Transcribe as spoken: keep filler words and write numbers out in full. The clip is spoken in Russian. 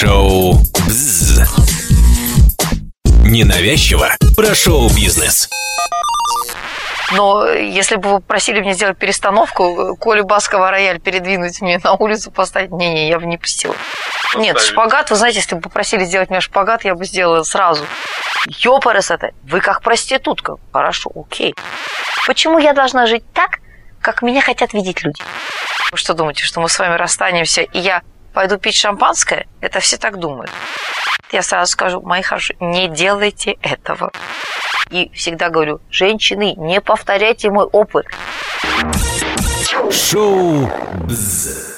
Шоу «Бзз». Ненавязчиво про шоу-бизнес. Но если бы вы просили меня сделать перестановку, Колю Баскова рояль передвинуть мне на улицу, поставить, не-не, я бы не пустила. Нет, шпагат, вы знаете, если бы попросили сделать мне шпагат, я бы сделала сразу. Ёпарас это, вы как проститутка. Хорошо, окей. Почему я должна жить так, как меня хотят видеть люди? Вы что думаете, что мы с вами расстанемся, и я пойду пить шампанское? Это все так думают. Я сразу скажу, мои хорошие, не делайте этого. И всегда говорю, женщины, не повторяйте мой опыт. Шоу «Бзз».